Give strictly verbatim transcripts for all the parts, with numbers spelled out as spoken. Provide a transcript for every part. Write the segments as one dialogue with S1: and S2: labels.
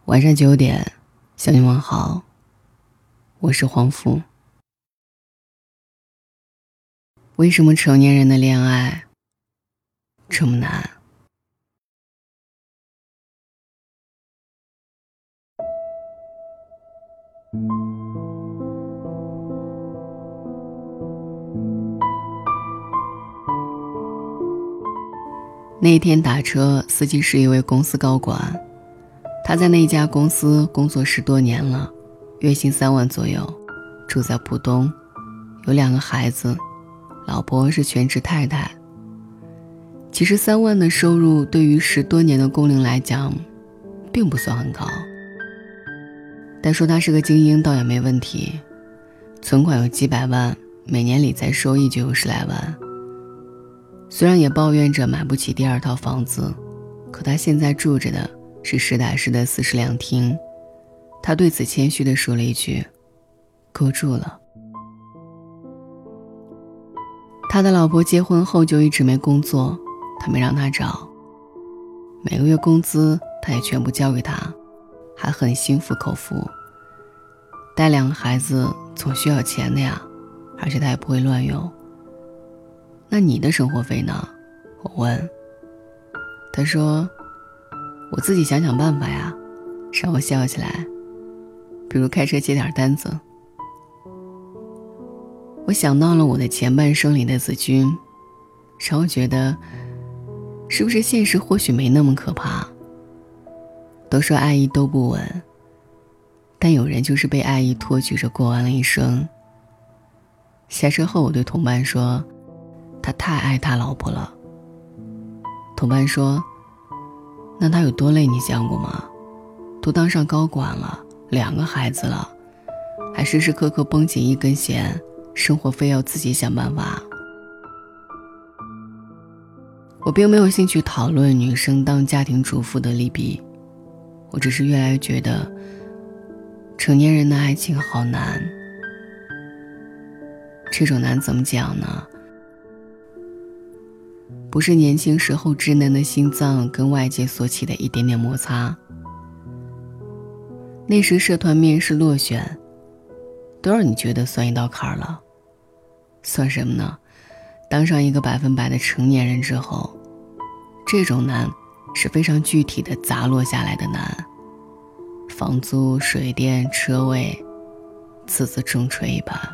S1: 晚上九点，向你问好，我是黄甫。为什么成年人的恋爱这么难？那天打车，司机是一位公司高管，他在那家公司工作十多年了，月薪三万左右，住在浦东，有两个孩子，老婆是全职太太。其实三万的收入对于十多年的工龄来讲并不算很高，但说他是个精英倒也没问题，存款有几百万，每年理财收益就有十来万。虽然也抱怨着买不起第二套房子，可他现在住着的是实打实的四室两厅。他对此谦虚地说了一句：够住了。他的老婆结婚后就一直没工作，他没让他找，每个月工资他也全部交给他，还很心服口服。带两个孩子总需要钱的呀，而且他也不会乱用。那你的生活费呢？我问。他说，我自己想想办法呀，让我笑起来，比如开车接点单子。我想到了我的前半生里的子君，让我觉得是不是现实或许没那么可怕。都说爱意都不稳，但有人就是被爱意托举着过完了一生。下车后我对同伴说，他太爱他老婆了。同伴说，那他有多累你想过吗？都当上高管了，两个孩子了，还时时刻刻绷紧一根弦，生活费要自己想办法。我并没有兴趣讨论女生当家庭主妇的利弊，我只是越来越觉得成年人的爱情好难。这种难怎么讲呢？不是年轻时候稚嫩的心脏跟外界所起的一点点摩擦。那时社团面试落选，都让你觉得算一道坎了。算什么呢？当上一个百分百的成年人之后，这种难是非常具体的砸落下来的难。房租、水电、车位，次次重锤一把。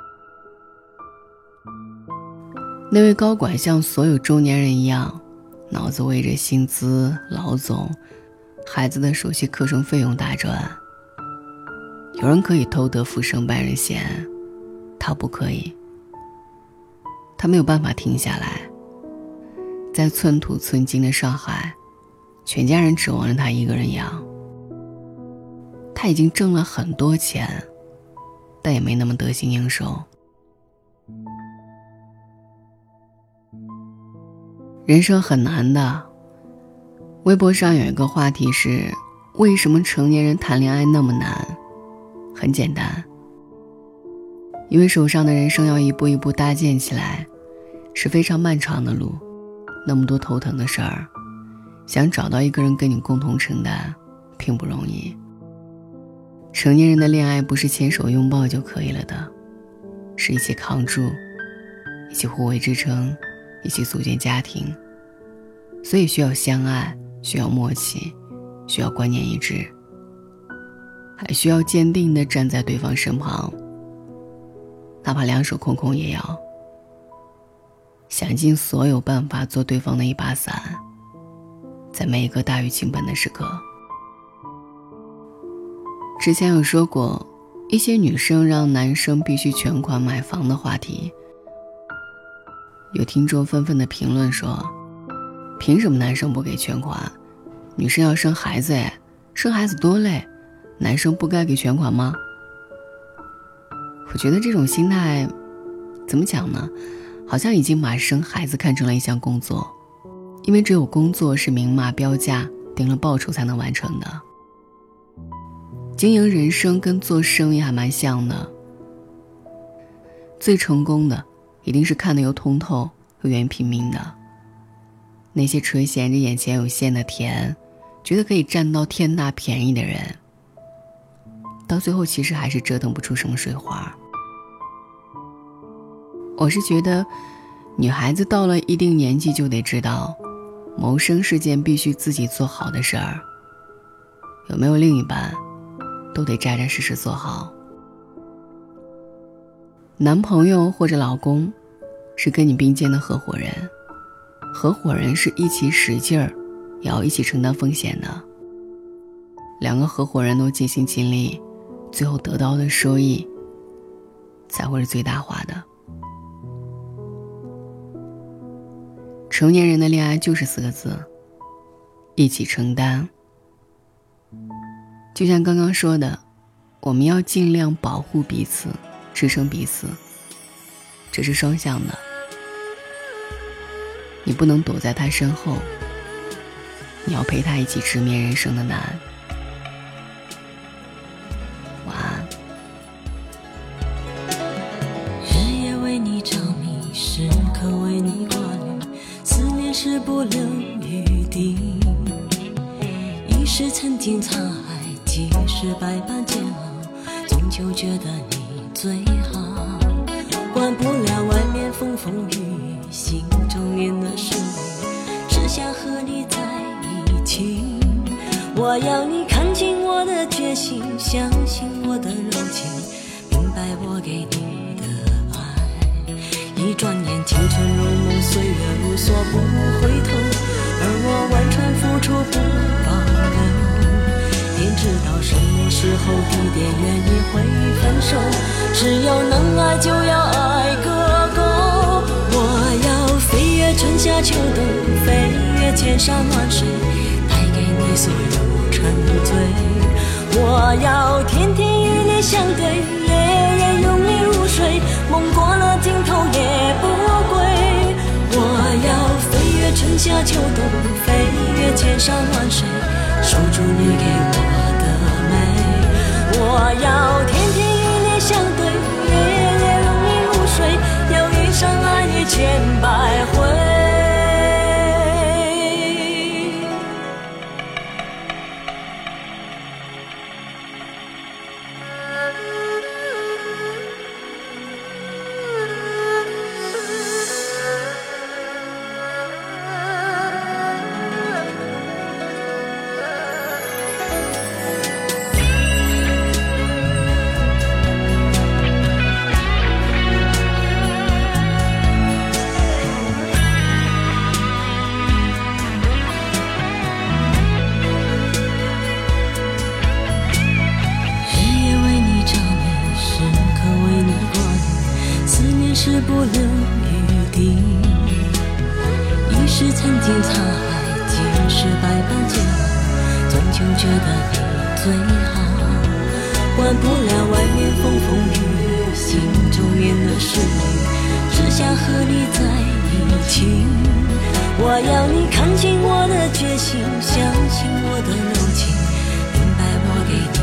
S1: 那位高管像所有中年人一样，脑子围着薪资、老总、孩子的首期课程费用打转。有人可以偷得浮生半日闲，他不可以。他没有办法停下来。在寸土寸金的上海，全家人指望着他一个人养。他已经挣了很多钱，但也没那么得心应手。人生很难的。微博上有一个话题是，为什么成年人谈恋爱那么难？很简单，因为手上的人生要一步一步搭建起来，是非常漫长的路，那么多头疼的事儿，想找到一个人跟你共同承担并不容易。成年人的恋爱不是牵手拥抱就可以了的，是一起扛住，一起互为支撑，一起组建家庭。所以需要相爱，需要默契，需要观念一致，还需要坚定地站在对方身旁，哪怕两手空空也要想尽所有办法做对方的一把伞，在每一个大雨倾盆的时刻。之前有说过一些女生让男生必须全款买房的话题，有听众纷纷的评论说，凭什么男生不给全款？女生要生孩子哎，生孩子多累，男生不该给全款吗？我觉得这种心态怎么讲呢，好像已经把生孩子看成了一项工作，因为只有工作是明码标价定了报酬才能完成的。经营人生跟做生意还蛮像的，最成功的一定是看得又通透又愿意拼命的。那些垂涎着眼前有限的甜， 觉得可以占到天大便宜的人，到最后其实还是折腾不出什么水花。我是觉得女孩子到了一定年纪就得知道，谋生是件必须自己做好的事儿，有没有另一半都得扎扎实实做好。男朋友或者老公是跟你并肩的合伙人，合伙人是一起使劲儿也要一起承担风险的，两个合伙人都尽心尽力，最后得到的收益才会是最大化的。成年人的恋爱就是四个字，一起承担。就像刚刚说的，我们要尽量保护彼此，支撑彼此，这是双向的。你不能躲在他身后，你要陪他一起直面人生的难。晚安。
S2: 日夜为你着迷，时刻为你挂虑，思念是不留余地。一时曾经沧海，几世百般煎熬，终究觉得你最好。管不了外面风风雨雨，心中念的是你，只想和你在一起。我要你看清我的决心，相信我的柔情，明白我给你的爱。一转眼青春如梦，岁月如梭不回头，而我完全付出不保留。天知道什么时候地点愿意会分手，只有能爱就要爱个够。我要飞越春夏秋冬，飞越千山万水，带给你所有沉醉。我要天天与你相对，夜夜拥你入睡，梦过了尽头也不归。我要飞越春夏秋冬，飞越千山万水，守住你给我的美。我要天天与你相对，夜夜拥你入睡，要一生爱你千百回。是不留余地，一时曾经沧海，几世百般煎熬，终究觉得你最好。管不了外面风风雨雨，心中念的是你，只想和你在一起。我要你看清我的决心，相信我的柔情，明白我给你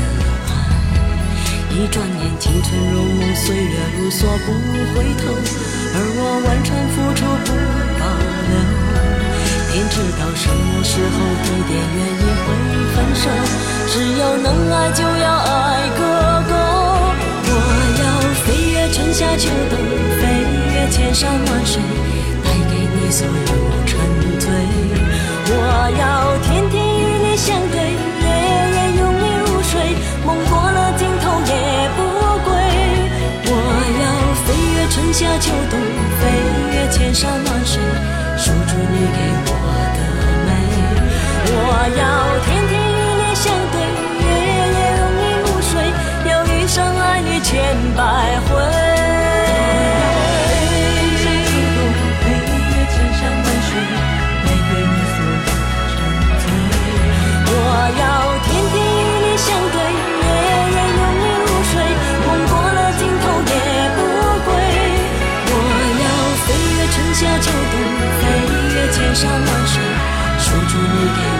S2: 一转眼青春如梦，岁月如梭不回头，而我完全付出不保留。天知道什么时候地点愿意会分手，只有能爱就要爱个够。我要飞越春夏秋冬，飞越千山万水，带给你所有沉醉。我要天天与你相对，夜夜拥你入睡，梦过了尽头也不归。我要飞越春夏秋冬，飞越千山万水，守住你给我的美。我要天天与你相对，夜夜拥你入睡，要一生爱你千百回。夏秋冬，飞越千山万水，守住你给